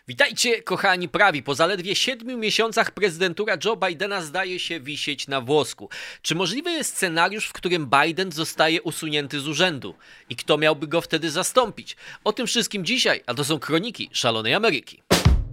Witajcie, kochani prawi. Po zaledwie 7 miesiącach prezydentura Joe Bidena zdaje się wisieć na włosku. Czy możliwy jest scenariusz, w którym Biden zostaje usunięty z urzędu? I kto miałby go wtedy zastąpić? O tym wszystkim dzisiaj, a to są kroniki szalonej Ameryki.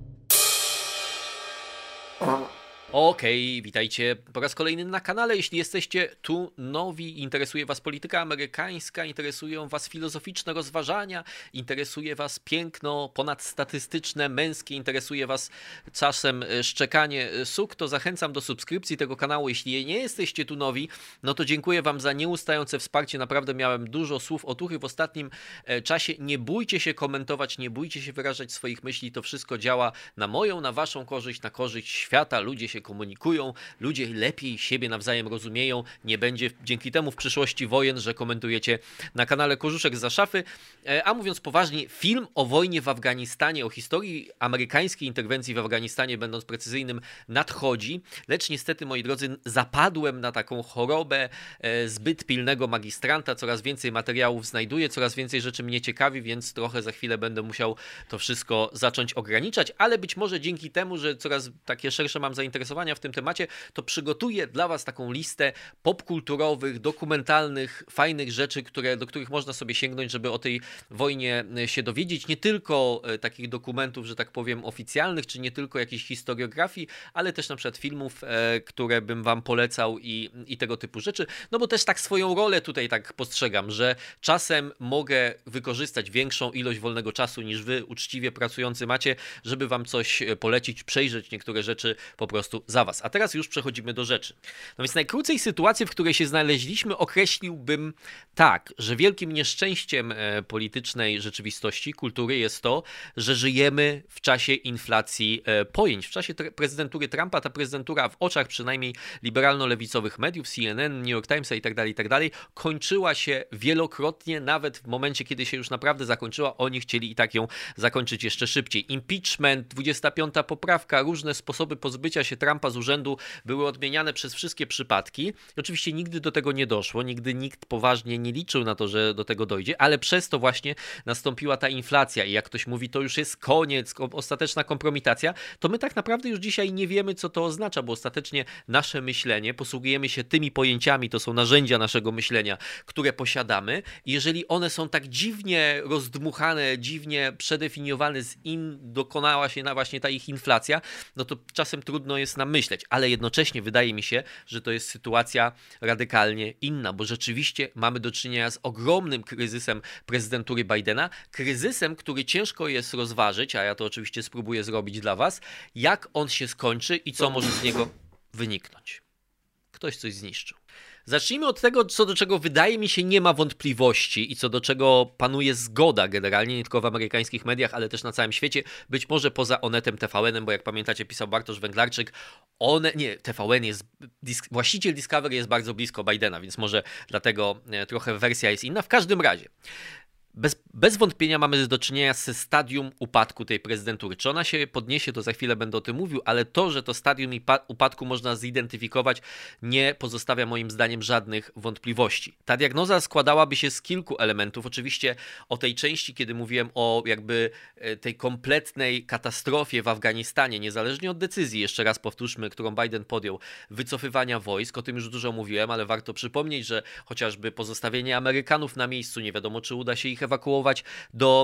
Okej, witajcie po raz kolejny na kanale. Jeśli jesteście tu nowi, interesuje was polityka amerykańska, interesują was filozoficzne rozważania, interesuje was piękno ponadstatystyczne, męskie, interesuje was czasem szczekanie suk, to zachęcam do subskrypcji tego kanału. Jeśli nie jesteście tu nowi, no to dziękuję wam za nieustające wsparcie. Naprawdę miałem dużo słów otuchy w ostatnim czasie. Nie bójcie się komentować, nie bójcie się wyrażać swoich myśli. To wszystko działa na moją, na waszą korzyść, na korzyść świata. Ludzie się komunikują, ludzie lepiej siebie nawzajem rozumieją, nie będzie dzięki temu w przyszłości wojen, że komentujecie na kanale Korzuszek Zza Szafy. A mówiąc poważnie, film o wojnie w Afganistanie, o historii amerykańskiej interwencji w Afganistanie, będąc precyzyjnym, nadchodzi, lecz niestety, moi drodzy, zapadłem na taką chorobę zbyt pilnego magistranta, coraz więcej materiałów znajduję, coraz więcej rzeczy mnie ciekawi, więc trochę za chwilę będę musiał to wszystko zacząć ograniczać, ale być może dzięki temu, że coraz takie szersze mam zainteresowania w tym temacie, to przygotuję dla was taką listę popkulturowych, dokumentalnych, fajnych rzeczy, do których można sobie sięgnąć, żeby o tej wojnie się dowiedzieć. Nie tylko takich dokumentów, że tak powiem, oficjalnych, czy nie tylko jakiejś historiografii, ale też na przykład filmów, które bym wam polecał i tego typu rzeczy. No bo też tak swoją rolę tutaj tak postrzegam, że czasem mogę wykorzystać większą ilość wolnego czasu niż wy, uczciwie pracujący, macie, żeby wam coś polecić, przejrzeć niektóre rzeczy po prostu za was. A teraz już przechodzimy do rzeczy. No więc najkrócej sytuację, w której się znaleźliśmy, określiłbym tak, że wielkim nieszczęściem politycznej rzeczywistości, kultury jest to, że żyjemy w czasie inflacji pojęć. W czasie prezydentury Trumpa ta prezydentura w oczach przynajmniej liberalno-lewicowych mediów, CNN, New York Timesa i tak dalej, kończyła się wielokrotnie, nawet w momencie, kiedy się już naprawdę zakończyła, oni chcieli i tak ją zakończyć jeszcze szybciej. Impeachment, 25. poprawka, różne sposoby pozbycia się Trumpa z urzędu były odmieniane przez wszystkie przypadki. Oczywiście nigdy do tego nie doszło, nigdy nikt poważnie nie liczył na to, że do tego dojdzie, ale przez to właśnie nastąpiła ta inflacja i jak ktoś mówi, to już jest koniec, ostateczna kompromitacja, to my tak naprawdę już dzisiaj nie wiemy, co to oznacza, bo ostatecznie nasze myślenie, posługujemy się tymi pojęciami, to są narzędzia naszego myślenia, które posiadamy i jeżeli one są tak dziwnie rozdmuchane, dziwnie przedefiniowane, z dokonała się właśnie ta ich inflacja, no to czasem trudno jest nam myśleć, ale jednocześnie wydaje mi się, że to jest sytuacja radykalnie inna, bo rzeczywiście mamy do czynienia z ogromnym kryzysem prezydentury Bidena, kryzysem, który ciężko jest rozważyć, a ja to oczywiście spróbuję zrobić dla was, jak on się skończy i co może z niego wyniknąć. Ktoś coś zniszczył. Zacznijmy od tego, co do czego wydaje mi się nie ma wątpliwości i co do czego panuje zgoda generalnie, nie tylko w amerykańskich mediach, ale też na całym świecie, być może poza Onetem, TVN-em, bo jak pamiętacie pisał Bartosz Węglarczyk, TVN jest, właściciel Discovery jest bardzo blisko Bidena, więc może dlatego trochę wersja jest inna. W każdym razie, bez wątpienia mamy do czynienia ze stadium upadku tej prezydentury. Czy ona się podniesie, to za chwilę będę o tym mówił, ale to, że to stadium upadku można zidentyfikować, nie pozostawia moim zdaniem żadnych wątpliwości. Ta diagnoza składałaby się z kilku elementów. Oczywiście o tej części, kiedy mówiłem o jakby tej kompletnej katastrofie w Afganistanie, niezależnie od decyzji, jeszcze raz powtórzmy, którą Biden podjął, wycofywania wojsk, o tym już dużo mówiłem, ale warto przypomnieć, że chociażby pozostawienie Amerykanów na miejscu, nie wiadomo, czy uda się ich ewakuować do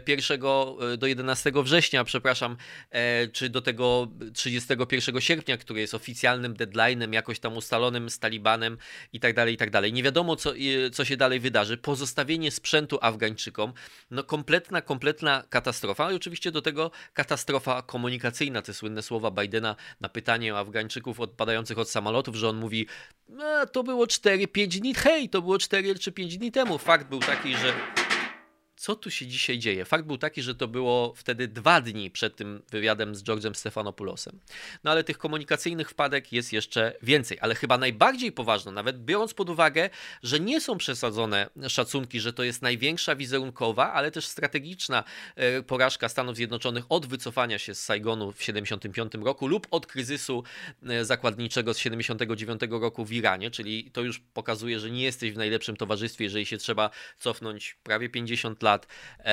11 września, czy do tego 31 sierpnia, który jest oficjalnym deadline'em jakoś tam ustalonym z Talibanem i tak dalej. Nie wiadomo, co się dalej wydarzy. Pozostawienie sprzętu Afgańczykom, no kompletna katastrofa. I oczywiście do tego katastrofa komunikacyjna, te słynne słowa Bidena na pytanie o Afgańczyków odpadających od samolotów, że on mówi, to było 4-5 dni, to było 4 czy 5 dni temu. Fakt był taki, że co tu się dzisiaj dzieje? Fakt był taki, że to było wtedy 2 dni przed tym wywiadem z George'em Stephanopoulosem. No ale tych komunikacyjnych wpadek jest jeszcze więcej. Ale chyba najbardziej poważna, nawet biorąc pod uwagę, że nie są przesadzone szacunki, że to jest największa wizerunkowa, ale też strategiczna porażka Stanów Zjednoczonych od wycofania się z Saigonu w 1975 roku lub od kryzysu zakładniczego z 1979 roku w Iranie, czyli to już pokazuje, że nie jesteś w najlepszym towarzystwie, jeżeli się trzeba cofnąć prawie 50 lat lat,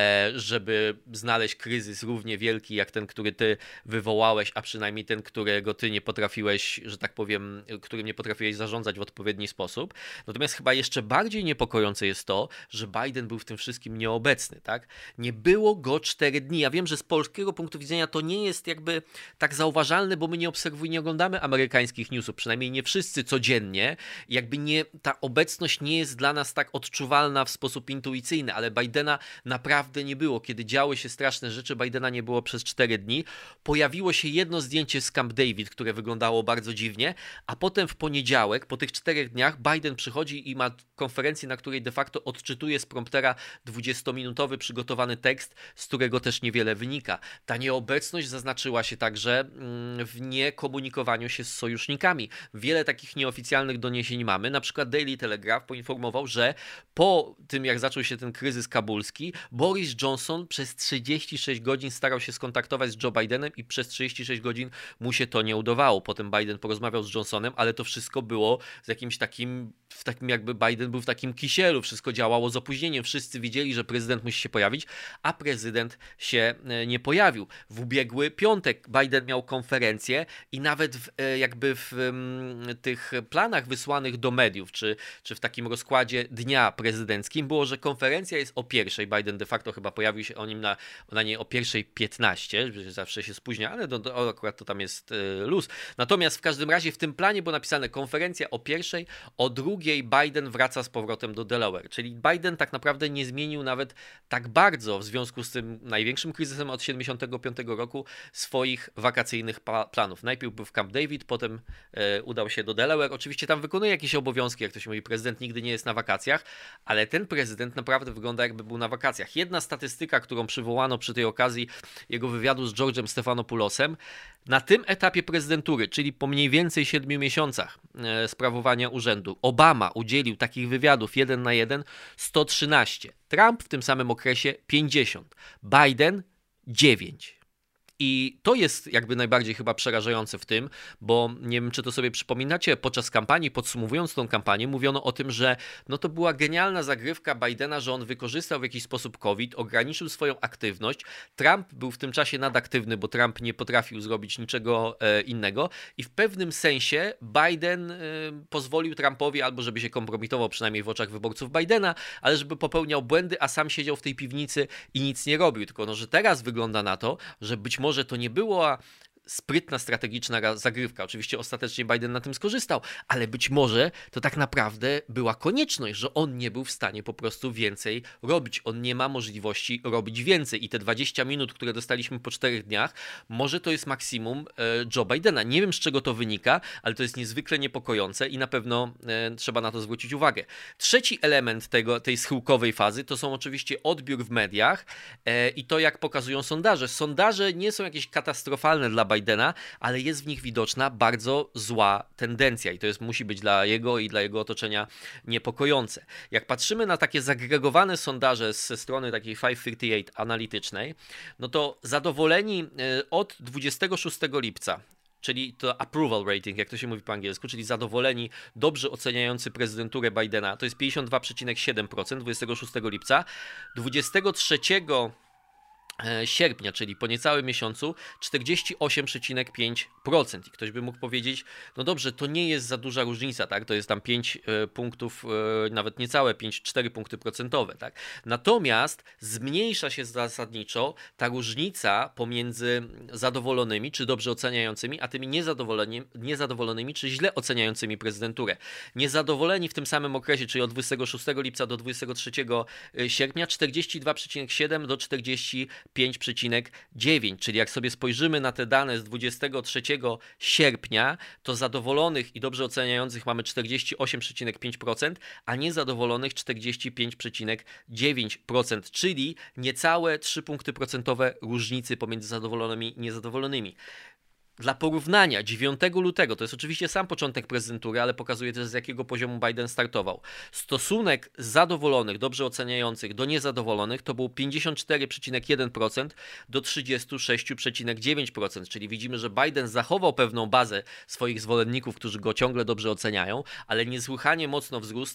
żeby znaleźć kryzys równie wielki jak ten, który ty wywołałeś, a przynajmniej ten, którego ty nie potrafiłeś, że tak powiem, którym nie potrafiłeś zarządzać w odpowiedni sposób. Natomiast chyba jeszcze bardziej niepokojące jest to, że Biden był w tym wszystkim nieobecny, tak? Nie było go 4 dni. Ja wiem, że z polskiego punktu widzenia to nie jest jakby tak zauważalne, bo my nie oglądamy amerykańskich newsów, przynajmniej nie wszyscy codziennie. Jakby ta obecność nie jest dla nas tak odczuwalna w sposób intuicyjny, ale Bidena naprawdę nie było. Kiedy działy się straszne rzeczy, Bidena nie było przez 4 dni. Pojawiło się jedno zdjęcie z Camp David, które wyglądało bardzo dziwnie, a potem w poniedziałek, po tych 4 dniach, Biden przychodzi i ma konferencję, na której de facto odczytuje z promptera 20-minutowy przygotowany tekst, z którego też niewiele wynika. Ta nieobecność zaznaczyła się także w niekomunikowaniu się z sojusznikami. Wiele takich nieoficjalnych doniesień mamy. Na przykład Daily Telegraph poinformował, że po tym, jak zaczął się ten kryzys kabulski, Boris Johnson przez 36 godzin starał się skontaktować z Joe Bidenem i przez 36 godzin mu się to nie udawało. Potem Biden porozmawiał z Johnsonem, ale to wszystko było z jakimś takim, jakby Biden był w takim kisielu, wszystko działało z opóźnieniem, wszyscy widzieli, że prezydent musi się pojawić, a prezydent się nie pojawił. W ubiegły piątek Biden miał konferencję i nawet w tych planach wysłanych do mediów, czy w takim rozkładzie dnia prezydenckim było, że konferencja jest o 1:00. Biden de facto chyba pojawił się na niej o 1:15, zawsze się spóźnia, ale akurat to tam jest luz. Natomiast w każdym razie w tym planie było napisane konferencja o 1:00, o 2:00 Biden wraca z powrotem do Delaware, czyli Biden tak naprawdę nie zmienił nawet tak bardzo w związku z tym największym kryzysem od 1975 roku swoich wakacyjnych planów. Najpierw był w Camp David, potem udał się do Delaware. Oczywiście tam wykonuje jakieś obowiązki, jak to się mówi, prezydent nigdy nie jest na wakacjach, ale ten prezydent naprawdę wygląda jakby był na wakacjach. Jedna statystyka, którą przywołano przy tej okazji jego wywiadu z George'em Stephanopoulosem, na tym etapie prezydentury, czyli po mniej więcej 7 miesiącach sprawowania urzędu, Obama udzielił takich wywiadów 1 na 1 113, Trump w tym samym okresie 50, Biden 9. I to jest jakby najbardziej chyba przerażające w tym, bo nie wiem, czy to sobie przypominacie, podczas kampanii, podsumowując tą kampanię, mówiono o tym, że no to była genialna zagrywka Bidena, że on wykorzystał w jakiś sposób COVID, ograniczył swoją aktywność. Trump był w tym czasie nadaktywny, bo Trump nie potrafił zrobić niczego innego i w pewnym sensie Biden pozwolił Trumpowi albo żeby się kompromitował przynajmniej w oczach wyborców Bidena, ale żeby popełniał błędy, a sam siedział w tej piwnicy i nic nie robił. Tylko no, że teraz wygląda na to, że być może to nie była sprytna, strategiczna zagrywka. Oczywiście ostatecznie Biden na tym skorzystał, ale być może to tak naprawdę była konieczność, że on nie był w stanie po prostu więcej robić. On nie ma możliwości robić więcej i te 20 minut, które dostaliśmy po 4 dniach, może to jest maksimum Joe Bidena. Nie wiem, z czego to wynika, ale to jest niezwykle niepokojące i na pewno trzeba na to zwrócić uwagę. Trzeci element tej schyłkowej fazy to są oczywiście odbiór w mediach i to, jak pokazują sondaże. Sondaże nie są jakieś katastrofalne dla Bidena, ale jest w nich widoczna bardzo zła tendencja i to musi być dla jego i dla jego otoczenia niepokojące. Jak patrzymy na takie zagregowane sondaże ze strony takiej 538 analitycznej, no to zadowoleni od 26 lipca, czyli to approval rating, jak to się mówi po angielsku, czyli zadowoleni, dobrze oceniający prezydenturę Bidena, to jest 52,7% 26 lipca, 23 sierpnia, czyli po niecałym miesiącu 48,5%. I ktoś by mógł powiedzieć, no dobrze, to nie jest za duża różnica, tak? To jest tam 5 punktów, nawet niecałe 4 punkty procentowe, tak? Natomiast zmniejsza się zasadniczo ta różnica pomiędzy zadowolonymi, czy dobrze oceniającymi, a tymi niezadowolonymi, czy źle oceniającymi prezydenturę. Niezadowoleni w tym samym okresie, czyli od 26 lipca do 23 sierpnia 42,7 do 45,9, czyli jak sobie spojrzymy na te dane z 23 sierpnia, to zadowolonych i dobrze oceniających mamy 48,5%, a niezadowolonych 45,9%, czyli niecałe 3 punkty procentowe różnicy pomiędzy zadowolonymi i niezadowolonymi. Dla porównania, 9 lutego, to jest oczywiście sam początek prezydentury, ale pokazuje też z jakiego poziomu Biden startował. Stosunek zadowolonych, dobrze oceniających do niezadowolonych to był 54,1% do 36,9%, czyli widzimy, że Biden zachował pewną bazę swoich zwolenników, którzy go ciągle dobrze oceniają, ale niesłychanie mocno wzrósł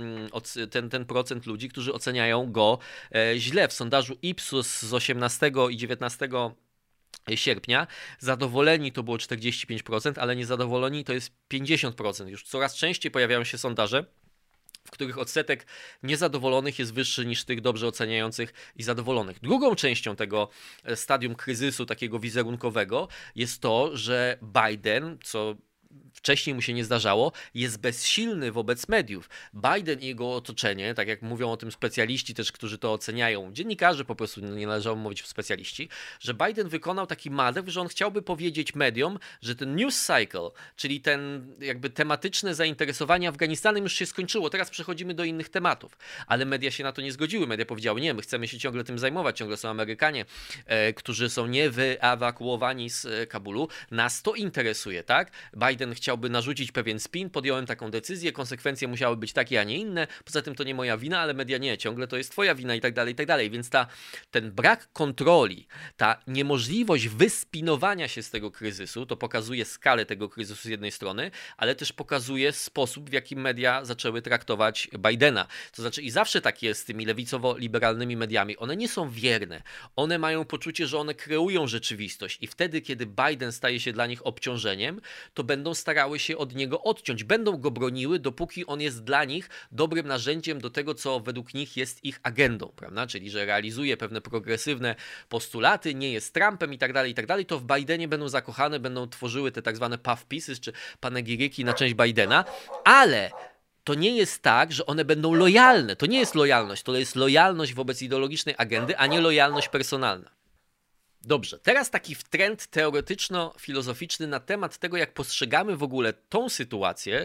ten procent ludzi, którzy oceniają go źle. W sondażu Ipsos z 18 i 19 sierpnia zadowoleni to było 45%, ale niezadowoleni to jest 50%. Już coraz częściej pojawiają się sondaże, w których odsetek niezadowolonych jest wyższy niż tych dobrze oceniających i zadowolonych. Drugą częścią tego stadium kryzysu takiego wizerunkowego jest to, że Biden, co wcześniej mu się nie zdarzało, jest bezsilny wobec mediów. Biden i jego otoczenie, tak jak mówią o tym specjaliści też, którzy to oceniają, dziennikarze po prostu, nie należało mówić specjaliści, że Biden wykonał taki manewr, że on chciałby powiedzieć mediom, że ten news cycle, czyli ten jakby tematyczne zainteresowanie Afganistanem już się skończyło, teraz przechodzimy do innych tematów. Ale media się na to nie zgodziły. Media powiedziały, nie, my chcemy się ciągle tym zajmować, ciągle są Amerykanie, którzy są niewyewakuowani z Kabulu. Nas to interesuje, tak? Biden chciałby narzucić pewien spin, podjąłem taką decyzję, konsekwencje musiały być takie, a nie inne, poza tym to nie moja wina, ale media nie, ciągle to jest twoja wina i tak dalej, więc ten brak kontroli, ta niemożliwość wyspinowania się z tego kryzysu, to pokazuje skalę tego kryzysu z jednej strony, ale też pokazuje sposób, w jaki media zaczęły traktować Bidena. To znaczy i zawsze tak jest z tymi lewicowo-liberalnymi mediami, one nie są wierne, one mają poczucie, że one kreują rzeczywistość i wtedy, kiedy Biden staje się dla nich obciążeniem, to będą starały się od niego odciąć, będą go broniły, dopóki on jest dla nich dobrym narzędziem do tego, co według nich jest ich agendą, prawda? Czyli, że realizuje pewne progresywne postulaty, nie jest Trumpem i tak dalej, to w Bidenie będą zakochane, będą tworzyły te tak zwane puff pieces, czy panegiryki na część Bidena, ale to nie jest tak, że one będą lojalne. To nie jest lojalność, to jest lojalność wobec ideologicznej agendy, a nie lojalność personalna. Dobrze, teraz taki trend teoretyczno-filozoficzny na temat tego, jak postrzegamy w ogóle tą sytuację,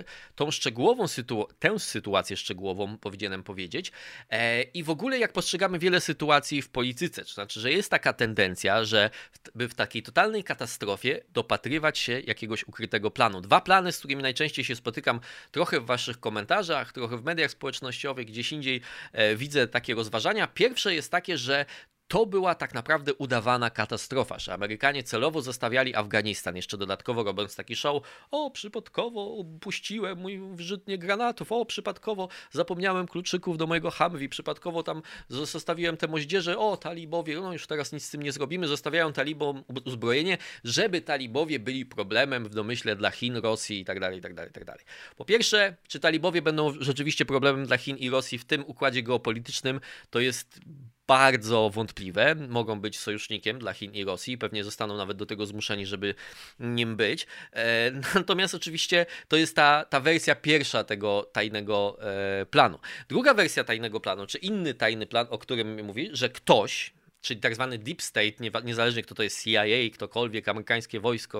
tę sytuację szczegółową, powinienem powiedzieć, i w ogóle jak postrzegamy wiele sytuacji w polityce. To znaczy, że jest taka tendencja, by w takiej totalnej katastrofie dopatrywać się jakiegoś ukrytego planu. Dwa plany, z którymi najczęściej się spotykam trochę w waszych komentarzach, trochę w mediach społecznościowych, gdzieś indziej widzę takie rozważania. Pierwsze jest takie, że to była tak naprawdę udawana katastrofa, że Amerykanie celowo zostawiali Afganistan, jeszcze dodatkowo robiąc taki show, przypadkowo puściłem mój wyrzutnie granatów, przypadkowo zapomniałem kluczyków do mojego Humvee, przypadkowo tam zostawiłem te moździerze, talibowie, już teraz nic z tym nie zrobimy, zostawiają talibom uzbrojenie, żeby talibowie byli problemem w domyśle dla Chin, Rosji i tak dalej. Po pierwsze, czy talibowie będą rzeczywiście problemem dla Chin i Rosji w tym układzie geopolitycznym, to jest bardzo wątpliwe, mogą być sojusznikiem dla Chin i Rosji, pewnie zostaną nawet do tego zmuszeni, żeby nim być. Natomiast oczywiście to jest ta wersja pierwsza tego tajnego planu. Druga wersja tajnego planu, czy inny tajny plan, o którym mówi, że ktoś, czyli tak zwany deep state, niezależnie kto to jest CIA, ktokolwiek, amerykańskie wojsko,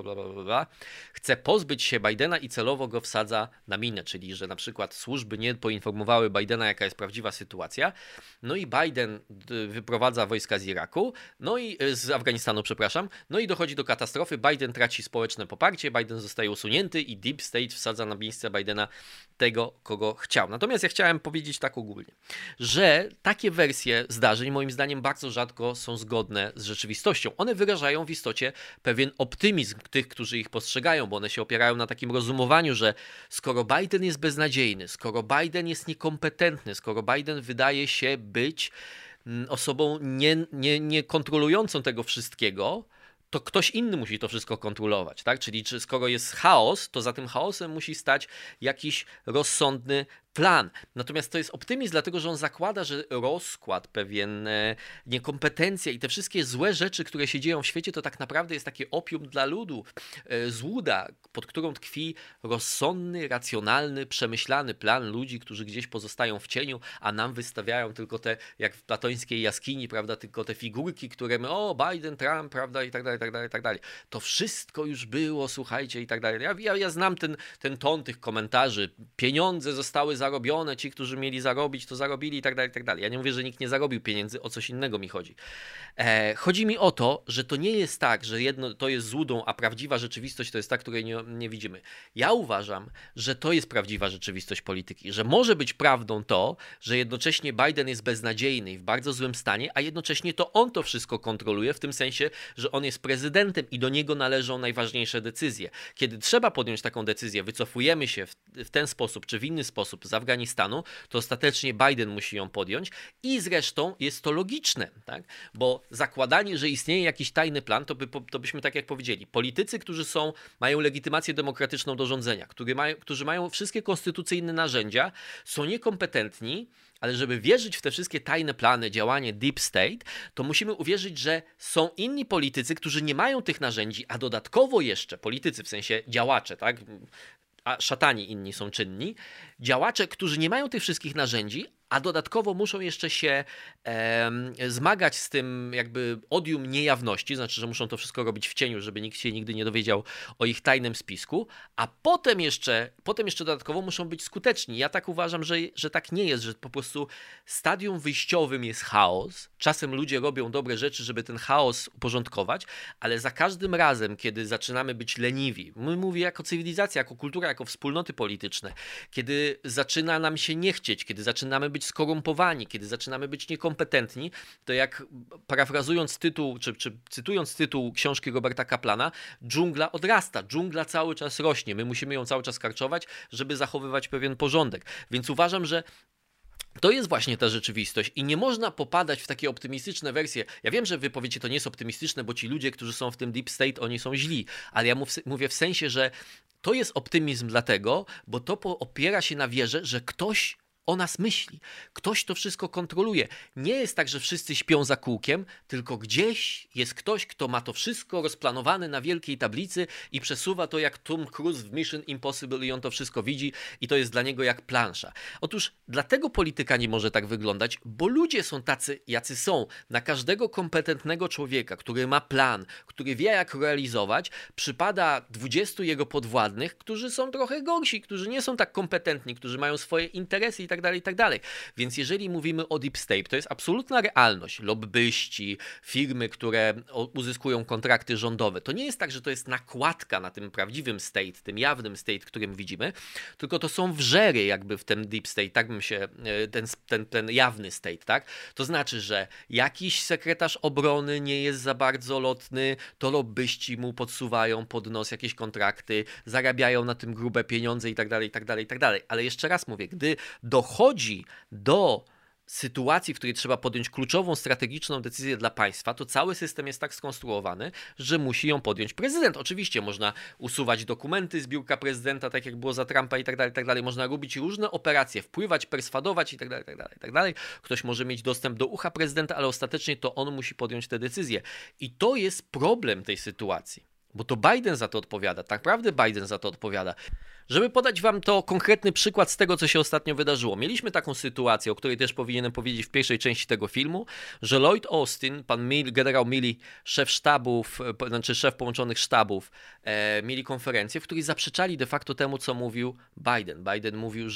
chce pozbyć się Bidena i celowo go wsadza na minę, czyli że na przykład służby nie poinformowały Bidena, jaka jest prawdziwa sytuacja, no i Biden wyprowadza wojska z Iraku, z Afganistanu, no i dochodzi do katastrofy, Biden traci społeczne poparcie, Biden zostaje usunięty i deep state wsadza na miejsce Bidena tego, kogo chciał. Natomiast ja chciałem powiedzieć tak ogólnie, że takie wersje zdarzeń moim zdaniem bardzo rzadko są zgodne z rzeczywistością. One wyrażają w istocie pewien optymizm tych, którzy ich postrzegają, bo one się opierają na takim rozumowaniu, że skoro Biden jest beznadziejny, skoro Biden jest niekompetentny, skoro Biden wydaje się być osobą nie kontrolującą tego wszystkiego, to ktoś inny musi to wszystko kontrolować, tak? Czyli skoro jest chaos, to za tym chaosem musi stać jakiś rozsądny plan. Natomiast to jest optymizm, dlatego że on zakłada, że rozkład, pewien niekompetencja i te wszystkie złe rzeczy, które się dzieją w świecie, to tak naprawdę jest takie opium dla ludu, złuda, pod którą tkwi rozsądny, racjonalny, przemyślany plan ludzi, którzy gdzieś pozostają w cieniu, a nam wystawiają tylko te, jak w platońskiej jaskini, prawda, tylko te figurki, które my, Biden, Trump, prawda, i tak dalej. To wszystko już było, słuchajcie, i tak dalej. Ja znam ten ton tych komentarzy. Pieniądze zostały zarobione, ci, którzy mieli zarobić, to zarobili i tak dalej, i tak dalej. Ja nie mówię, że nikt nie zarobił pieniędzy, o coś innego mi chodzi. Chodzi mi o to, że to nie jest tak, że jedno to jest złudą, a prawdziwa rzeczywistość to jest ta, której nie widzimy. Ja uważam, że to jest prawdziwa rzeczywistość polityki, że może być prawdą to, że jednocześnie Biden jest beznadziejny i w bardzo złym stanie, a jednocześnie to on to wszystko kontroluje, w tym sensie, że on jest prezydentem i do niego należą najważniejsze decyzje. Kiedy trzeba podjąć taką decyzję, wycofujemy się w ten sposób czy w inny sposób z Afganistanu, to ostatecznie Biden musi ją podjąć i zresztą jest to logiczne, tak? Bo zakładanie, że istnieje jakiś tajny plan, to byśmy tak jak powiedzieli, politycy, którzy mają legitymację demokratyczną do rządzenia, którzy mają wszystkie konstytucyjne narzędzia, są niekompetentni, ale żeby wierzyć w te wszystkie tajne plany, działanie Deep State, to musimy uwierzyć, że są inni politycy, którzy nie mają tych narzędzi, a dodatkowo jeszcze politycy, w sensie działacze, tak? A szatani inni są czynni, działacze, którzy nie mają tych wszystkich narzędzi, a dodatkowo muszą jeszcze się zmagać z tym jakby odium niejawności, znaczy, że muszą to wszystko robić w cieniu, żeby nikt się nigdy nie dowiedział o ich tajnym spisku, a potem jeszcze dodatkowo muszą być skuteczni. Ja tak uważam, że tak nie jest, że po prostu stadium wyjściowym jest chaos. Czasem ludzie robią dobre rzeczy, żeby ten chaos uporządkować, ale za każdym razem, kiedy zaczynamy być leniwi, mówię jako cywilizacja, jako kultura, jako wspólnoty polityczne, kiedy zaczyna nam się nie chcieć, kiedy zaczynamy być skorumpowani, kiedy zaczynamy być niekompetentni, to jak parafrazując tytuł, czy cytując tytuł książki Roberta Kaplana, dżungla odrasta, dżungla cały czas rośnie, my musimy ją cały czas karczować, żeby zachowywać pewien porządek. Więc uważam, że to jest właśnie ta rzeczywistość i nie można popadać w takie optymistyczne wersje. Ja wiem, że wy powiecie, to nie jest optymistyczne, bo ci ludzie, którzy są w tym Deep State, oni są źli, ale ja mówię w sensie, że to jest optymizm dlatego, bo to opiera się na wierze, że ktoś o nas myśli. Ktoś to wszystko kontroluje. Nie jest tak, że wszyscy śpią za kółkiem, tylko gdzieś jest ktoś, kto ma to wszystko rozplanowane na wielkiej tablicy i przesuwa to jak Tom Cruise w Mission Impossible i on to wszystko widzi i to jest dla niego jak plansza. Otóż dlatego polityka nie może tak wyglądać, bo ludzie są tacy, jacy są. Na każdego kompetentnego człowieka, który ma plan, który wie jak realizować, przypada 20 jego podwładnych, którzy są trochę gorsi, którzy nie są tak kompetentni, którzy mają swoje interesy i tak dalej, i tak dalej. Więc jeżeli mówimy o Deep State, to jest absolutna realność. Lobbyści, firmy, które uzyskują kontrakty rządowe. To nie jest tak, że to jest nakładka na tym prawdziwym state, tym jawnym state, którym widzimy, tylko to są wrzery jakby w tym Deep State, tak bym się, ten jawny state, tak? To znaczy, że jakiś sekretarz obrony nie jest za bardzo lotny, to lobbyści mu podsuwają pod nos jakieś kontrakty, zarabiają na tym grube pieniądze i tak dalej, i tak dalej, i tak dalej. Ale jeszcze raz mówię, gdy dochodzi do sytuacji, w której trzeba podjąć kluczową, strategiczną decyzję dla państwa, to cały system jest tak skonstruowany, że musi ją podjąć prezydent. Oczywiście można usuwać dokumenty z biurka prezydenta, tak jak było za Trumpa i tak dalej, i tak dalej. Można robić różne operacje, wpływać, perswadować i tak dalej, i tak dalej, i tak dalej. Ktoś może mieć dostęp do ucha prezydenta, ale ostatecznie to on musi podjąć te decyzje. I to jest problem tej sytuacji, bo to Biden za to odpowiada. Tak naprawdę Biden za to odpowiada. Żeby podać wam to konkretny przykład z tego, co się ostatnio wydarzyło. Mieliśmy taką sytuację, o której też powinienem powiedzieć w pierwszej części tego filmu, że Lloyd Austin, generał Milley, szef sztabów, znaczy szef połączonych sztabów, mieli konferencję, w której zaprzeczali de facto temu, co mówił Biden. Biden mówił,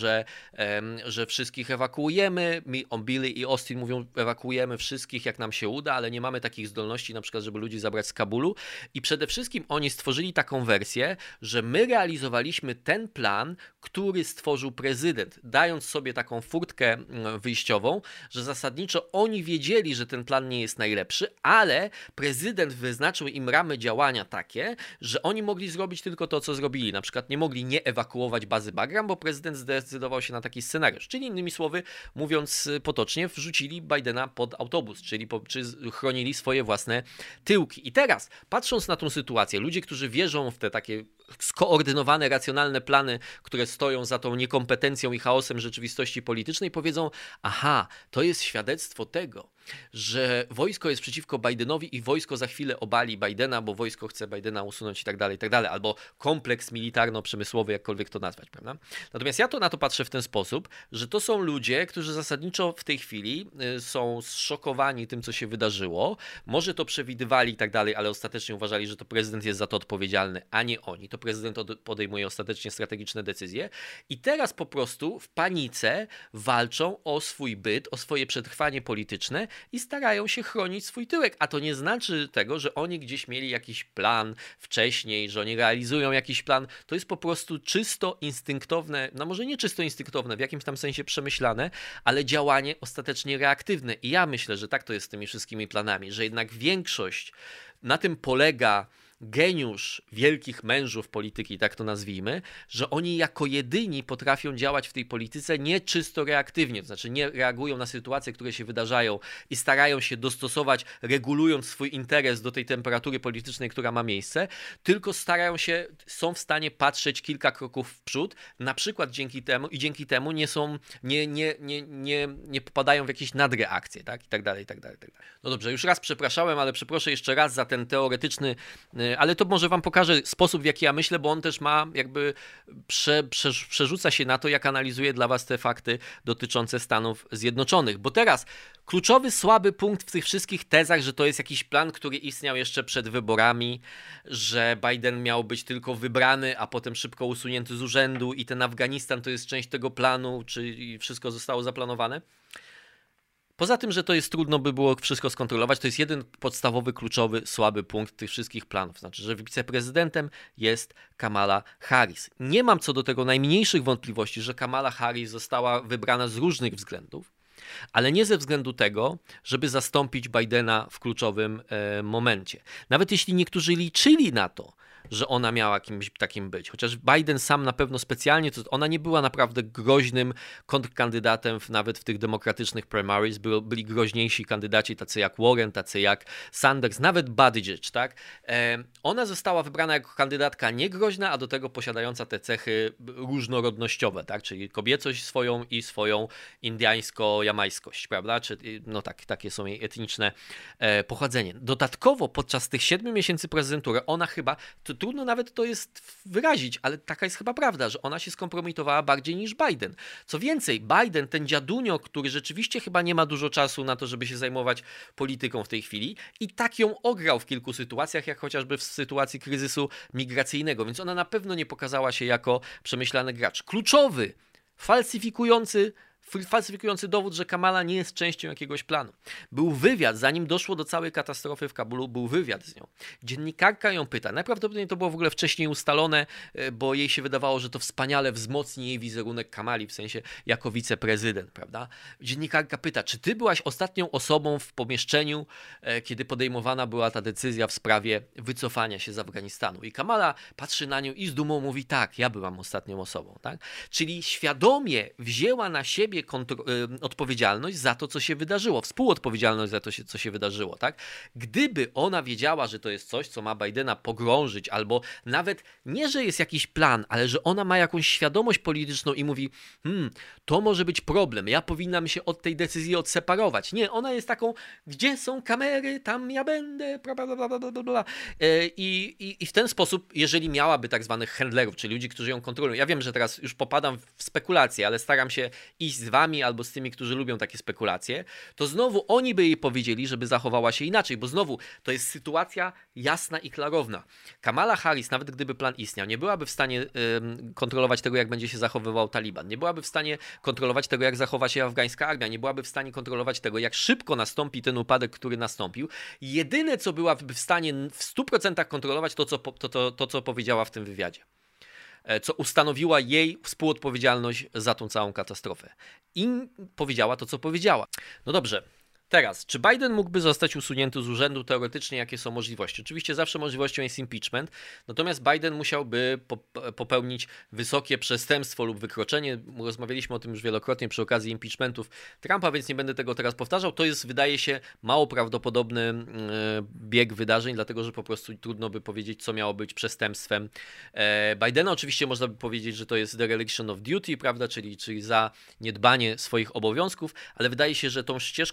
że wszystkich ewakuujemy, Milley i Austin mówią, ewakuujemy wszystkich, jak nam się uda, ale nie mamy takich zdolności, na przykład, żeby ludzi zabrać z Kabulu. I przede wszystkim oni stworzyli taką wersję, że my realizowaliśmy ten plan, który stworzył prezydent, dając sobie taką furtkę wyjściową, że zasadniczo oni wiedzieli, że ten plan nie jest najlepszy, ale prezydent wyznaczył im ramy działania takie, że oni mogli zrobić tylko to, co zrobili. Na przykład nie mogli nie ewakuować bazy Bagram, bo prezydent zdecydował się na taki scenariusz. Czyli innymi słowy, mówiąc potocznie, wrzucili Bidena pod autobus, czyli chronili swoje własne tyłki. I teraz, patrząc na tą sytuację, ludzie, którzy wierzą w te takie skoordynowane, racjonalne plany, które stoją za tą niekompetencją i chaosem rzeczywistości politycznej, powiedzą, aha, to jest świadectwo tego, że wojsko jest przeciwko Bidenowi i wojsko za chwilę obali Bidena, bo wojsko chce Bidena usunąć i tak dalej, albo kompleks militarno-przemysłowy, jakkolwiek to nazwać, prawda? Natomiast ja na to patrzę w ten sposób, że to są ludzie, którzy zasadniczo w tej chwili są zszokowani tym, co się wydarzyło, może to przewidywali i tak dalej, ale ostatecznie uważali, że to prezydent jest za to odpowiedzialny, a nie oni. To prezydent podejmuje ostatecznie strategiczne decyzje i teraz po prostu w panice walczą o swój byt, o swoje przetrwanie polityczne i starają się chronić swój tyłek, a to nie znaczy tego, że oni gdzieś mieli jakiś plan wcześniej, że oni realizują jakiś plan. To jest po prostu czysto instynktowne, no może nie czysto instynktowne, w jakimś tam sensie przemyślane, ale działanie ostatecznie reaktywne. I ja myślę, że tak to jest z tymi wszystkimi planami, że jednak większość, na tym polega geniusz wielkich mężów polityki, tak to nazwijmy, że oni jako jedyni potrafią działać w tej polityce nie czysto reaktywnie, to znaczy nie reagują na sytuacje, które się wydarzają i starają się dostosować, regulując swój interes do tej temperatury politycznej, która ma miejsce, tylko starają się, są w stanie patrzeć kilka kroków w przód, na przykład dzięki temu nie popadają w jakieś nadreakcje, tak? I tak dalej, i tak dalej, i tak dalej. No dobrze, już raz przepraszałem, ale przeproszę jeszcze raz za ten teoretyczny, ale to może wam pokażę sposób, w jaki ja myślę, bo on też ma jakby przerzuca się na to, jak analizuję dla was te fakty dotyczące Stanów Zjednoczonych. Bo teraz kluczowy, słaby punkt w tych wszystkich tezach, że to jest jakiś plan, który istniał jeszcze przed wyborami, że Biden miał być tylko wybrany, a potem szybko usunięty z urzędu i ten Afganistan to jest część tego planu, czy wszystko zostało zaplanowane. Poza tym, że to jest trudno by było wszystko skontrolować, to jest jeden podstawowy, kluczowy, słaby punkt tych wszystkich planów. Znaczy, że wiceprezydentem jest Kamala Harris. Nie mam co do tego najmniejszych wątpliwości, że Kamala Harris została wybrana z różnych względów, ale nie ze względu tego, żeby zastąpić Bidena w kluczowym momencie. Nawet jeśli niektórzy liczyli na to, że ona miała kimś takim być. Chociaż Biden sam na pewno specjalnie, to ona nie była naprawdę groźnym kontrkandydatem nawet w tych demokratycznych primaries. Byli groźniejsi kandydaci, tacy jak Warren, tacy jak Sanders, nawet Buttigieg, tak? Ona została wybrana jako kandydatka niegroźna, a do tego posiadająca te cechy różnorodnościowe, tak? Czyli kobiecość swoją i swoją indyjsko-jamajskość, prawda? No tak, takie są jej etniczne pochodzenie. Dodatkowo podczas tych 7 miesięcy prezydentury ona chyba, trudno nawet to jest wyrazić, ale taka jest chyba prawda, że ona się skompromitowała bardziej niż Biden. Co więcej, Biden, ten dziadunio, który rzeczywiście chyba nie ma dużo czasu na to, żeby się zajmować polityką w tej chwili, i tak ją ograł w kilku sytuacjach, jak chociażby w sytuacji kryzysu migracyjnego, więc ona na pewno nie pokazała się jako przemyślany gracz. Kluczowy, falsyfikujący dowód, że Kamala nie jest częścią jakiegoś planu. Był wywiad, zanim doszło do całej katastrofy w Kabulu, był wywiad z nią. Dziennikarka ją pyta, najprawdopodobniej to było w ogóle wcześniej ustalone, bo jej się wydawało, że to wspaniale wzmocni jej wizerunek Kamali, w sensie jako wiceprezydent, prawda? Dziennikarka pyta, czy ty byłaś ostatnią osobą w pomieszczeniu, kiedy podejmowana była ta decyzja w sprawie wycofania się z Afganistanu? I Kamala patrzy na nią i z dumą mówi, tak, ja byłam ostatnią osobą, tak? Czyli świadomie wzięła na siebie odpowiedzialność za to, co się wydarzyło, współodpowiedzialność za to, co się wydarzyło, tak? Gdyby ona wiedziała, że to jest coś, co ma Bidena pogrążyć, albo nawet nie, że jest jakiś plan, ale że ona ma jakąś świadomość polityczną i mówi, to może być problem, ja powinnam się od tej decyzji odseparować. Nie, ona jest taką, gdzie są kamery, tam ja będę, bla, bla, bla, bla, bla, bla. I w ten sposób, jeżeli miałaby tak zwanych handlerów, czyli ludzi, którzy ją kontrolują, ja wiem, że teraz już popadam w spekulacje, ale staram się iść z wami albo z tymi, którzy lubią takie spekulacje, to znowu oni by jej powiedzieli, żeby zachowała się inaczej, bo znowu to jest sytuacja jasna i klarowna. Kamala Harris, nawet gdyby plan istniał, nie byłaby w stanie kontrolować tego, jak będzie się zachowywał Taliban, nie byłaby w stanie kontrolować tego, jak zachowa się afgańska armia, nie byłaby w stanie kontrolować tego, jak szybko nastąpi ten upadek, który nastąpił. Jedyne, co byłaby w stanie w 100% kontrolować, to co powiedziała w tym wywiadzie, co ustanowiła jej współodpowiedzialność za tą całą katastrofę. I powiedziała to, co powiedziała. No dobrze, teraz, czy Biden mógłby zostać usunięty z urzędu? Teoretycznie jakie są możliwości? Oczywiście zawsze możliwością jest impeachment, natomiast Biden musiałby popełnić wysokie przestępstwo lub wykroczenie. Rozmawialiśmy o tym już wielokrotnie przy okazji impeachmentów Trumpa, więc nie będę tego teraz powtarzał. To jest, wydaje się, mało prawdopodobny bieg wydarzeń, dlatego że po prostu trudno by powiedzieć, co miało być przestępstwem Bidena. Oczywiście można by powiedzieć, że to jest dereliction of duty, prawda, czyli za niedbanie swoich obowiązków, ale wydaje się, że tą ścieżką, o której się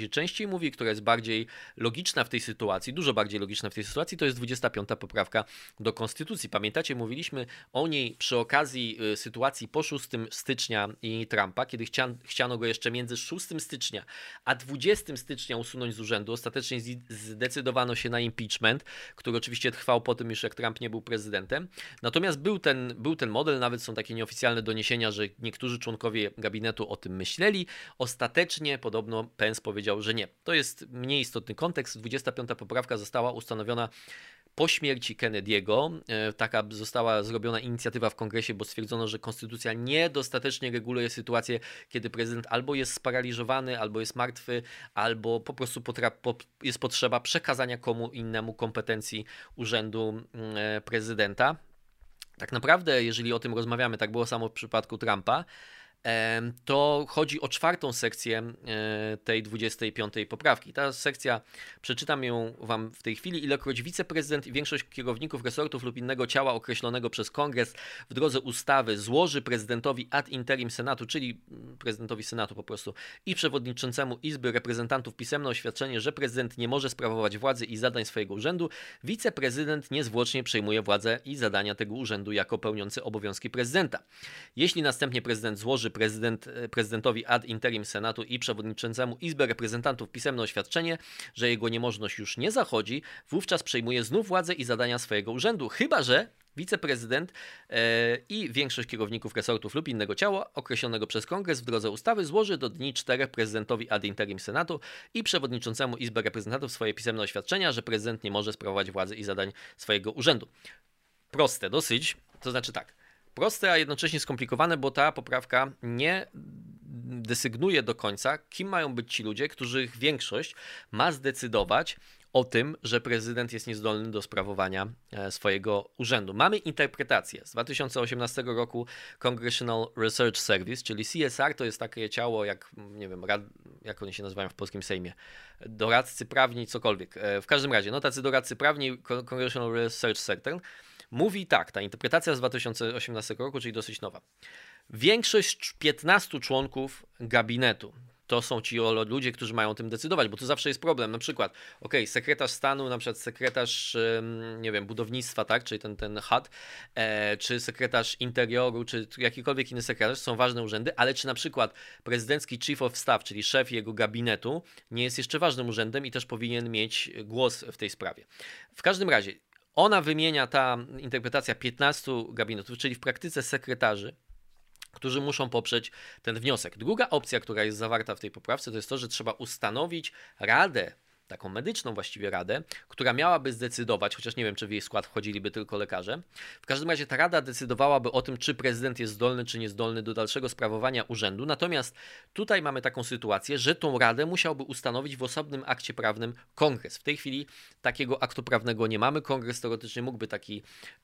częściej mówi, która jest bardziej logiczna w tej sytuacji, dużo bardziej logiczna w tej sytuacji, to jest 25. poprawka do Konstytucji. Pamiętacie, mówiliśmy o niej przy okazji sytuacji po 6 stycznia i Trumpa, kiedy chciano go jeszcze między 6 stycznia a 20 stycznia usunąć z urzędu. Ostatecznie zdecydowano się na impeachment, który oczywiście trwał po tym już, jak Trump nie był prezydentem. Natomiast był ten model, nawet są takie nieoficjalne doniesienia, że niektórzy członkowie gabinetu o tym myśleli. Ostatecznie podobno Pence powiedział, że nie. To jest mniej istotny kontekst. 25. poprawka została ustanowiona po śmierci Kennedy'ego. Taka została zrobiona inicjatywa w kongresie, bo stwierdzono, że konstytucja niedostatecznie reguluje sytuację, kiedy prezydent albo jest sparaliżowany, albo jest martwy, albo po prostu jest potrzeba przekazania komu innemu kompetencji urzędu prezydenta. Tak naprawdę, jeżeli o tym rozmawiamy, tak było samo w przypadku Trumpa, to chodzi o 4. sekcję tej 25. poprawki. Ta sekcja, przeczytam ją wam w tej chwili. Ilekroć wiceprezydent i większość kierowników resortów lub innego ciała określonego przez kongres w drodze ustawy złoży prezydentowi ad interim Senatu, czyli prezydentowi Senatu po prostu, i przewodniczącemu Izby Reprezentantów pisemne oświadczenie, że prezydent nie może sprawować władzy i zadań swojego urzędu, wiceprezydent niezwłocznie przejmuje władzę i zadania tego urzędu jako pełniący obowiązki prezydenta. Jeśli następnie prezydent złoży prezydentowi ad interim Senatu i przewodniczącemu Izby Reprezentantów pisemne oświadczenie, że jego niemożność już nie zachodzi, wówczas przejmuje znów władzę i zadania swojego urzędu, chyba że wiceprezydent i większość kierowników resortów lub innego ciała określonego przez kongres w drodze ustawy złoży do dni 4 prezydentowi ad interim Senatu i przewodniczącemu Izby Reprezentantów swoje pisemne oświadczenia, że prezydent nie może sprawować władzy i zadań swojego urzędu. Proste dosyć, to znaczy tak. Proste, a jednocześnie skomplikowane, bo ta poprawka nie desygnuje do końca, kim mają być ci ludzie, których większość ma zdecydować o tym, że prezydent jest niezdolny do sprawowania swojego urzędu. Mamy interpretację z 2018 roku Congressional Research Service, czyli CSR, to jest takie ciało, jak nie wiem, jak oni się nazywają w polskim Sejmie, doradcy prawni, cokolwiek. W każdym razie, no tacy doradcy prawni, Congressional Research Center, mówi tak, ta interpretacja z 2018 roku, czyli dosyć nowa. Większość 15 członków gabinetu to są ci ludzie, którzy mają o tym decydować, bo tu zawsze jest problem. Na przykład, sekretarz stanu, na przykład sekretarz, nie wiem, budownictwa, tak, czyli ten HUD, czy sekretarz interioru, czy jakikolwiek inny sekretarz, są ważne urzędy, ale czy na przykład prezydencki chief of staff, czyli szef jego gabinetu, nie jest jeszcze ważnym urzędem i też powinien mieć głos w tej sprawie. W każdym razie, ona wymienia, ta interpretacja, 15 gabinetów, czyli w praktyce sekretarzy, którzy muszą poprzeć ten wniosek. Druga opcja, która jest zawarta w tej poprawce, to jest to, że trzeba ustanowić radę, taką medyczną właściwie radę, która miałaby zdecydować, chociaż nie wiem, czy w jej skład wchodziliby tylko lekarze. W każdym razie ta rada decydowałaby o tym, czy prezydent jest zdolny, czy niezdolny do dalszego sprawowania urzędu. Natomiast tutaj mamy taką sytuację, że tą radę musiałby ustanowić w osobnym akcie prawnym kongres. W tej chwili takiego aktu prawnego nie mamy. Kongres teoretycznie mógłby taki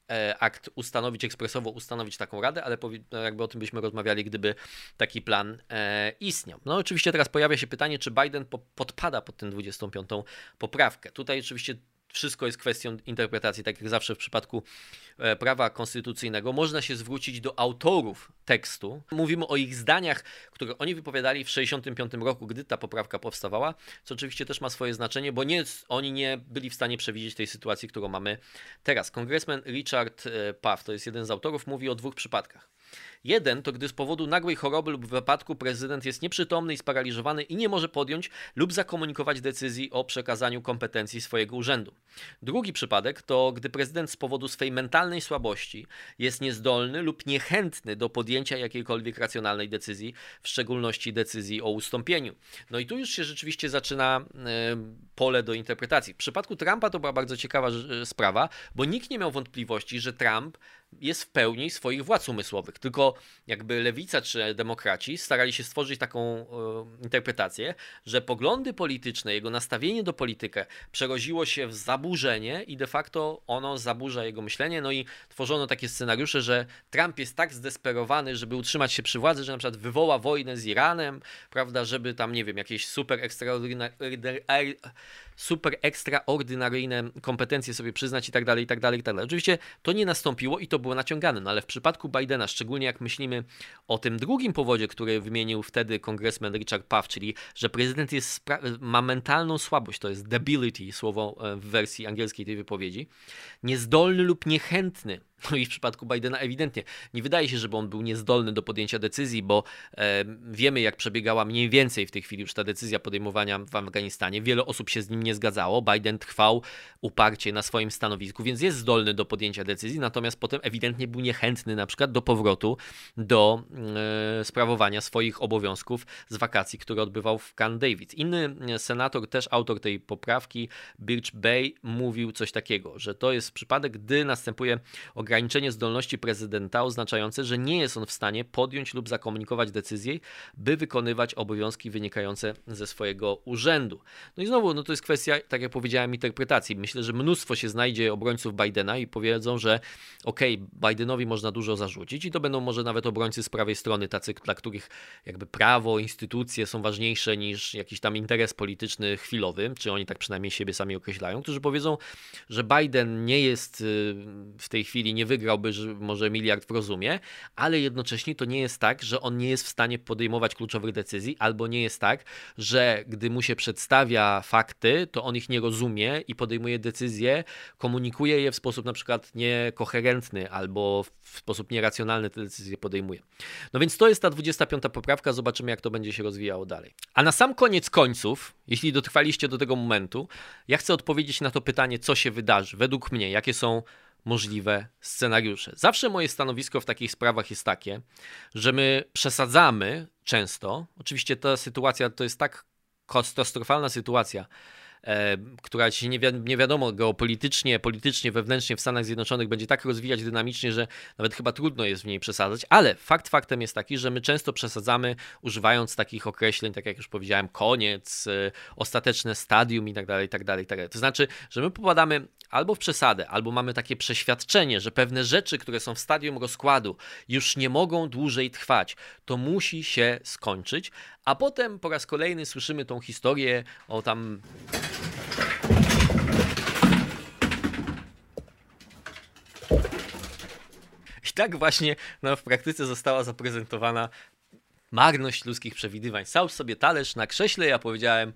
akt ustanowić, ekspresowo ustanowić taką radę, ale jakby o tym byśmy rozmawiali, gdyby taki plan istniał. No oczywiście teraz pojawia się pytanie, czy Biden podpada pod tę 25. poprawkę. Tutaj oczywiście wszystko jest kwestią interpretacji, tak jak zawsze w przypadku prawa konstytucyjnego. Można się zwrócić do autorów tekstu. Mówimy o ich zdaniach, które oni wypowiadali w 1965 roku, gdy ta poprawka powstawała, co oczywiście też ma swoje znaczenie, bo oni nie byli w stanie przewidzieć tej sytuacji, którą mamy teraz. Kongresman Richard Pfaff, to jest jeden z autorów, mówi o 2 przypadkach. Jeden to gdy z powodu nagłej choroby lub wypadku prezydent jest nieprzytomny i sparaliżowany i nie może podjąć lub zakomunikować decyzji o przekazaniu kompetencji swojego urzędu. Drugi przypadek to gdy prezydent z powodu swej mentalnej słabości jest niezdolny lub niechętny do podjęcia jakiejkolwiek racjonalnej decyzji, w szczególności decyzji o ustąpieniu. No i tu już się rzeczywiście zaczyna pole do interpretacji. W przypadku Trumpa to była bardzo ciekawa sprawa, bo nikt nie miał wątpliwości, że Trump jest w pełni swoich władz umysłowych, tylko jakby lewica czy demokraci starali się stworzyć taką interpretację, że poglądy polityczne, jego nastawienie do polityki przerodziło się w zaburzenie i de facto ono zaburza jego myślenie, no i tworzono takie scenariusze, że Trump jest tak zdesperowany, żeby utrzymać się przy władzy, że na przykład wywoła wojnę z Iranem, prawda, żeby tam, nie wiem, jakieś super ekstraordynaryjne kompetencje sobie przyznać i tak dalej, i tak dalej, i tak dalej. Oczywiście to nie nastąpiło i to było naciągane. No ale w przypadku Bidena, szczególnie jak myślimy o tym drugim powodzie, który wymienił wtedy kongresmen Richard Puff, czyli że prezydent ma mentalną słabość, to jest debility, słowo w wersji angielskiej tej wypowiedzi, niezdolny lub niechętny. No i w przypadku Bidena ewidentnie nie wydaje się, żeby on był niezdolny do podjęcia decyzji, bo wiemy, jak przebiegała mniej więcej w tej chwili już ta decyzja podejmowania w Afganistanie. Wiele osób się z nim nie zgadzało. Biden trwał uparcie na swoim stanowisku, więc jest zdolny do podjęcia decyzji, natomiast potem ewidentnie był niechętny na przykład do powrotu do sprawowania swoich obowiązków z wakacji, które odbywał w Camp David. Inny senator, też autor tej poprawki, Birch Bay, mówił coś takiego, że to jest przypadek, gdy następuje ograniczenie zdolności prezydenta oznaczające, że nie jest on w stanie podjąć lub zakomunikować decyzji, by wykonywać obowiązki wynikające ze swojego urzędu. No i znowu, no to jest kwestia, tak jak powiedziałem, interpretacji. Myślę, że mnóstwo się znajdzie obrońców Bidena i powiedzą, że Bidenowi można dużo zarzucić i to będą może nawet obrońcy z prawej strony, tacy, dla których jakby prawo, instytucje są ważniejsze niż jakiś tam interes polityczny chwilowy, czy oni tak przynajmniej siebie sami określają, którzy powiedzą, że Biden nie jest w tej chwili, nie wygrałby może miliard w rozumie, ale jednocześnie to nie jest tak, że on nie jest w stanie podejmować kluczowych decyzji, albo nie jest tak, że gdy mu się przedstawia fakty, to on ich nie rozumie i podejmuje decyzje, komunikuje je w sposób na przykład niekoherentny albo w sposób nieracjonalny te decyzje podejmuje. No więc to jest ta 25. poprawka, zobaczymy, jak to będzie się rozwijało dalej. A na sam koniec końców, jeśli dotrwaliście do tego momentu, ja chcę odpowiedzieć na to pytanie, co się wydarzy, według mnie, jakie są możliwe scenariusze. Zawsze moje stanowisko w takich sprawach jest takie, że my przesadzamy często, oczywiście ta sytuacja to jest tak katastrofalna sytuacja, która się nie wiadomo geopolitycznie, politycznie, wewnętrznie w Stanach Zjednoczonych będzie tak rozwijać dynamicznie, że nawet chyba trudno jest w niej przesadzać, ale faktem jest taki, że my często przesadzamy, używając takich określeń, tak jak już powiedziałem, koniec, ostateczne stadium i tak dalej, i tak dalej, i tak dalej. To znaczy, że my popadamy albo w przesadę, albo mamy takie przeświadczenie, że pewne rzeczy, które są w stadium rozkładu, już nie mogą dłużej trwać. To musi się skończyć, a potem po raz kolejny słyszymy tą historię o tam... I tak właśnie w praktyce została zaprezentowana marność ludzkich przewidywań. Stał sobie talerz na krześle, ja powiedziałem,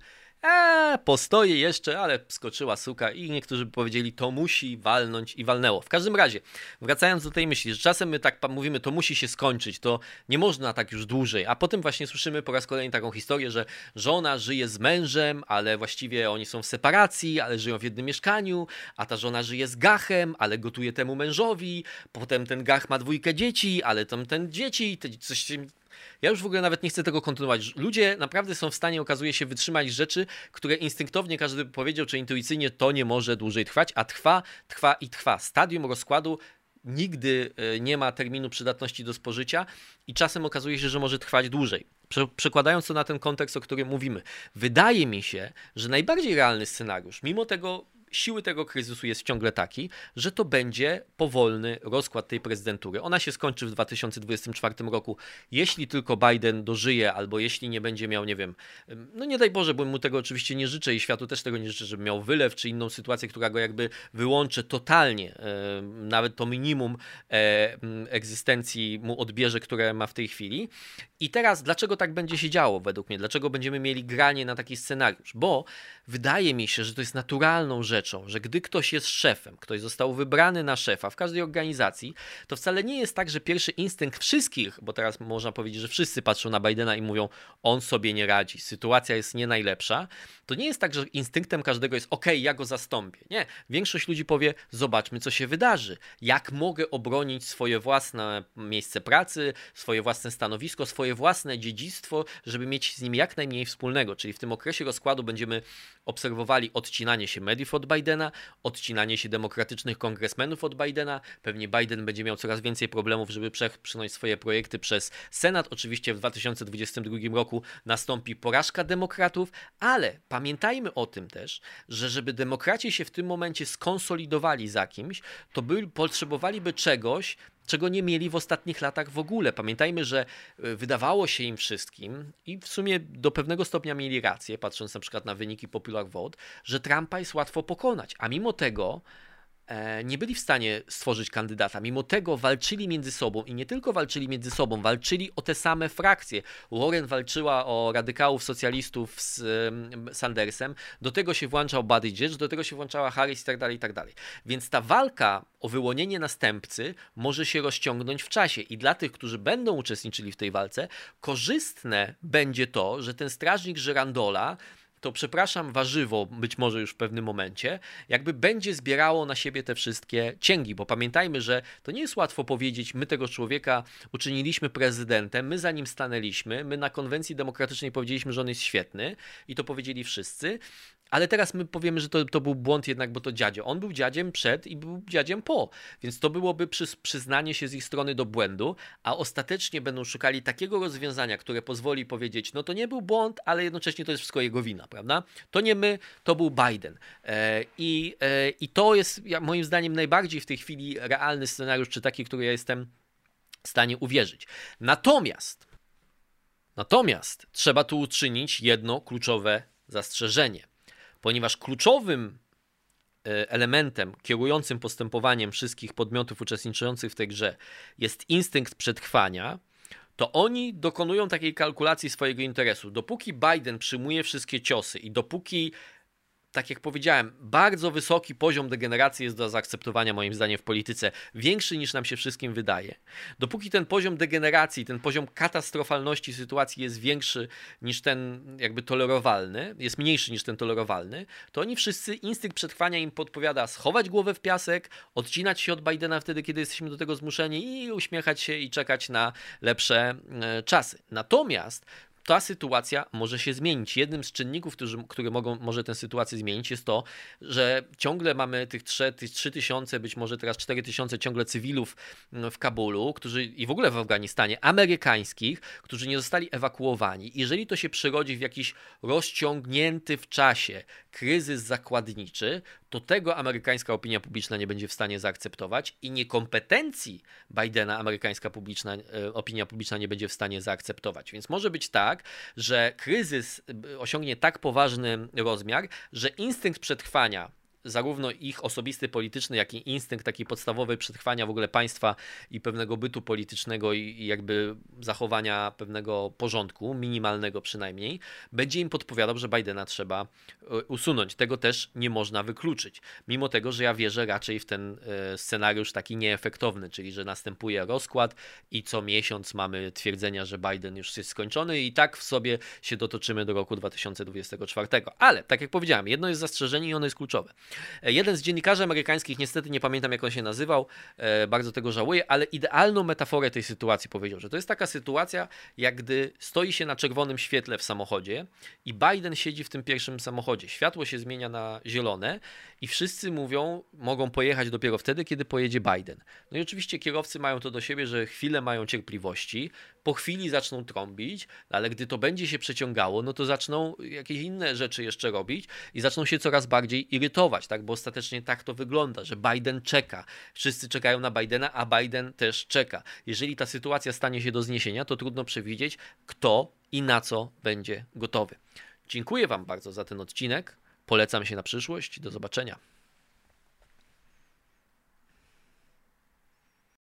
postoję jeszcze, ale skoczyła suka i niektórzy by powiedzieli, to musi walnąć i walnęło. W każdym razie, wracając do tej myśli, że czasem my tak mówimy, to musi się skończyć, to nie można tak już dłużej, a potem właśnie słyszymy po raz kolejny taką historię, że żona żyje z mężem, ale właściwie oni są w separacji, ale żyją w jednym mieszkaniu, a ta żona żyje z gachem, ale gotuje temu mężowi, potem ten gach ma 2 dzieci, ale tam ten dzieci, coś się... Ja już w ogóle nawet nie chcę tego kontynuować. Ludzie naprawdę są w stanie, okazuje się, wytrzymać rzeczy, które instynktownie każdy by powiedział, czy intuicyjnie to nie może dłużej trwać, a trwa i trwa. Stadium rozkładu nigdy nie ma terminu przydatności do spożycia i czasem okazuje się, że może trwać dłużej. Przekładając to na ten kontekst, o którym mówimy, wydaje mi się, że najbardziej realny scenariusz, mimo tego siły tego kryzysu jest ciągle taki, że to będzie powolny rozkład tej prezydentury. Ona się skończy w 2024 roku, jeśli tylko Biden dożyje, albo jeśli nie będzie miał, nie wiem, no nie daj Boże, bo mu tego oczywiście nie życzę i światu też tego nie życzę, żeby miał wylew, czy inną sytuację, która go jakby wyłączy totalnie, nawet to minimum egzystencji mu odbierze, które ma w tej chwili. I teraz, dlaczego tak będzie się działo według mnie? Dlaczego będziemy mieli granie na taki scenariusz? Bo wydaje mi się, że to jest naturalną rzeczą, że gdy ktoś jest szefem, ktoś został wybrany na szefa w każdej organizacji, to wcale nie jest tak, że pierwszy instynkt wszystkich, bo teraz można powiedzieć, że wszyscy patrzą na Bidena i mówią, on sobie nie radzi, sytuacja jest nie najlepsza, to nie jest tak, że instynktem każdego jest ja go zastąpię. Nie, większość ludzi powie, zobaczmy, co się wydarzy, jak mogę obronić swoje własne miejsce pracy, swoje własne stanowisko, swoje własne dziedzictwo, żeby mieć z nim jak najmniej wspólnego, czyli w tym okresie rozkładu będziemy obserwowali odcinanie się mediów od Bidena, odcinanie się demokratycznych kongresmenów od Bidena. Pewnie Biden będzie miał coraz więcej problemów, żeby przepchnąć swoje projekty przez Senat. Oczywiście w 2022 roku nastąpi porażka demokratów, ale pamiętajmy o tym też, że żeby demokraci się w tym momencie skonsolidowali za kimś, to potrzebowaliby czegoś, czego nie mieli w ostatnich latach w ogóle. Pamiętajmy, że wydawało się im wszystkim i w sumie do pewnego stopnia mieli rację, patrząc na przykład na wyniki Popular Vote, że Trumpa jest łatwo pokonać, a mimo tego nie byli w stanie stworzyć kandydata. Mimo tego walczyli między sobą i nie tylko walczyli między sobą, walczyli o te same frakcje. Warren walczyła o radykałów, socjalistów z Sandersem, do tego się włączał Buttigieg, do tego się włączała Harris i tak dalej, i tak dalej. Więc ta walka o wyłonienie następcy może się rozciągnąć w czasie i dla tych, którzy będą uczestniczyli w tej walce, korzystne będzie to, że ten strażnik Żyrandola, to przepraszam, warzywo być może już w pewnym momencie, jakby będzie zbierało na siebie te wszystkie cięgi, bo pamiętajmy, że to nie jest łatwo powiedzieć, my tego człowieka uczyniliśmy prezydentem, my za nim stanęliśmy, my na konwencji demokratycznej powiedzieliśmy, że on jest świetny i to powiedzieli wszyscy, ale teraz my powiemy, że to był błąd jednak, bo to dziadzio. On był dziadziem przed i był dziadziem po, więc to byłoby przyznanie się z ich strony do błędu, a ostatecznie będą szukali takiego rozwiązania, które pozwoli powiedzieć, no to nie był błąd, ale jednocześnie to jest wszystko jego wina, prawda? To nie my, to był Biden. I to jest moim zdaniem najbardziej w tej chwili realny scenariusz, czy taki, który ja jestem w stanie uwierzyć. Natomiast trzeba tu uczynić jedno kluczowe zastrzeżenie. Ponieważ kluczowym elementem kierującym postępowaniem wszystkich podmiotów uczestniczących w tej grze jest instynkt przetrwania, to oni dokonują takiej kalkulacji swojego interesu. Dopóki Biden przyjmuje wszystkie ciosy i dopóki, tak jak powiedziałem, bardzo wysoki poziom degeneracji jest do zaakceptowania moim zdaniem w polityce, większy niż nam się wszystkim wydaje. Dopóki ten poziom degeneracji, ten poziom katastrofalności sytuacji jest większy niż ten jakby tolerowalny, jest mniejszy niż ten tolerowalny, to oni wszyscy, instynkt przetrwania im podpowiada schować głowę w piasek, odcinać się od Bidena wtedy, kiedy jesteśmy do tego zmuszeni i uśmiechać się i czekać na lepsze czasy. Natomiast ta sytuacja może się zmienić. Jednym z czynników, który może tę sytuację zmienić, jest to, że ciągle mamy tych 3000, być może teraz 4000 ciągle cywilów w Kabulu, i w ogóle w Afganistanie, amerykańskich, którzy nie zostali ewakuowani. Jeżeli to się przerodzi w jakiś rozciągnięty w czasie kryzys zakładniczy, to tego amerykańska opinia publiczna nie będzie w stanie zaakceptować i niekompetencji Bidena amerykańska opinia publiczna nie będzie w stanie zaakceptować. Więc może być tak, że kryzys osiągnie tak poważny rozmiar, że instynkt przetrwania, zarówno ich osobisty, polityczny, jak i instynkt taki podstawowy przetrwania w ogóle państwa i pewnego bytu politycznego i jakby zachowania pewnego porządku, minimalnego przynajmniej, będzie im podpowiadał, że Bidena trzeba usunąć. Tego też nie można wykluczyć. Mimo tego, że ja wierzę raczej w ten scenariusz taki nieefektowny, czyli że następuje rozkład i co miesiąc mamy twierdzenia, że Biden już jest skończony i tak w sobie się dotoczymy do roku 2024. Ale, tak jak powiedziałem, jedno jest zastrzeżenie i ono jest kluczowe. Jeden z dziennikarzy amerykańskich, niestety nie pamiętam jak on się nazywał, bardzo tego żałuję, ale idealną metaforę tej sytuacji powiedział, że to jest taka sytuacja, jak gdy stoi się na czerwonym świetle w samochodzie i Biden siedzi w tym pierwszym samochodzie. Światło się zmienia na zielone i wszyscy mogą pojechać dopiero wtedy, kiedy pojedzie Biden. No i oczywiście kierowcy mają to do siebie, że chwilę mają cierpliwości, po chwili zaczną trąbić, ale gdy to będzie się przeciągało, no to zaczną jakieś inne rzeczy jeszcze robić i zaczną się coraz bardziej irytować, tak? Bo ostatecznie tak to wygląda, że Biden czeka. Wszyscy czekają na Bidena, a Biden też czeka. Jeżeli ta sytuacja stanie się do zniesienia, to trudno przewidzieć, kto i na co będzie gotowy. Dziękuję Wam bardzo za ten odcinek. Polecam się na przyszłość. Do zobaczenia.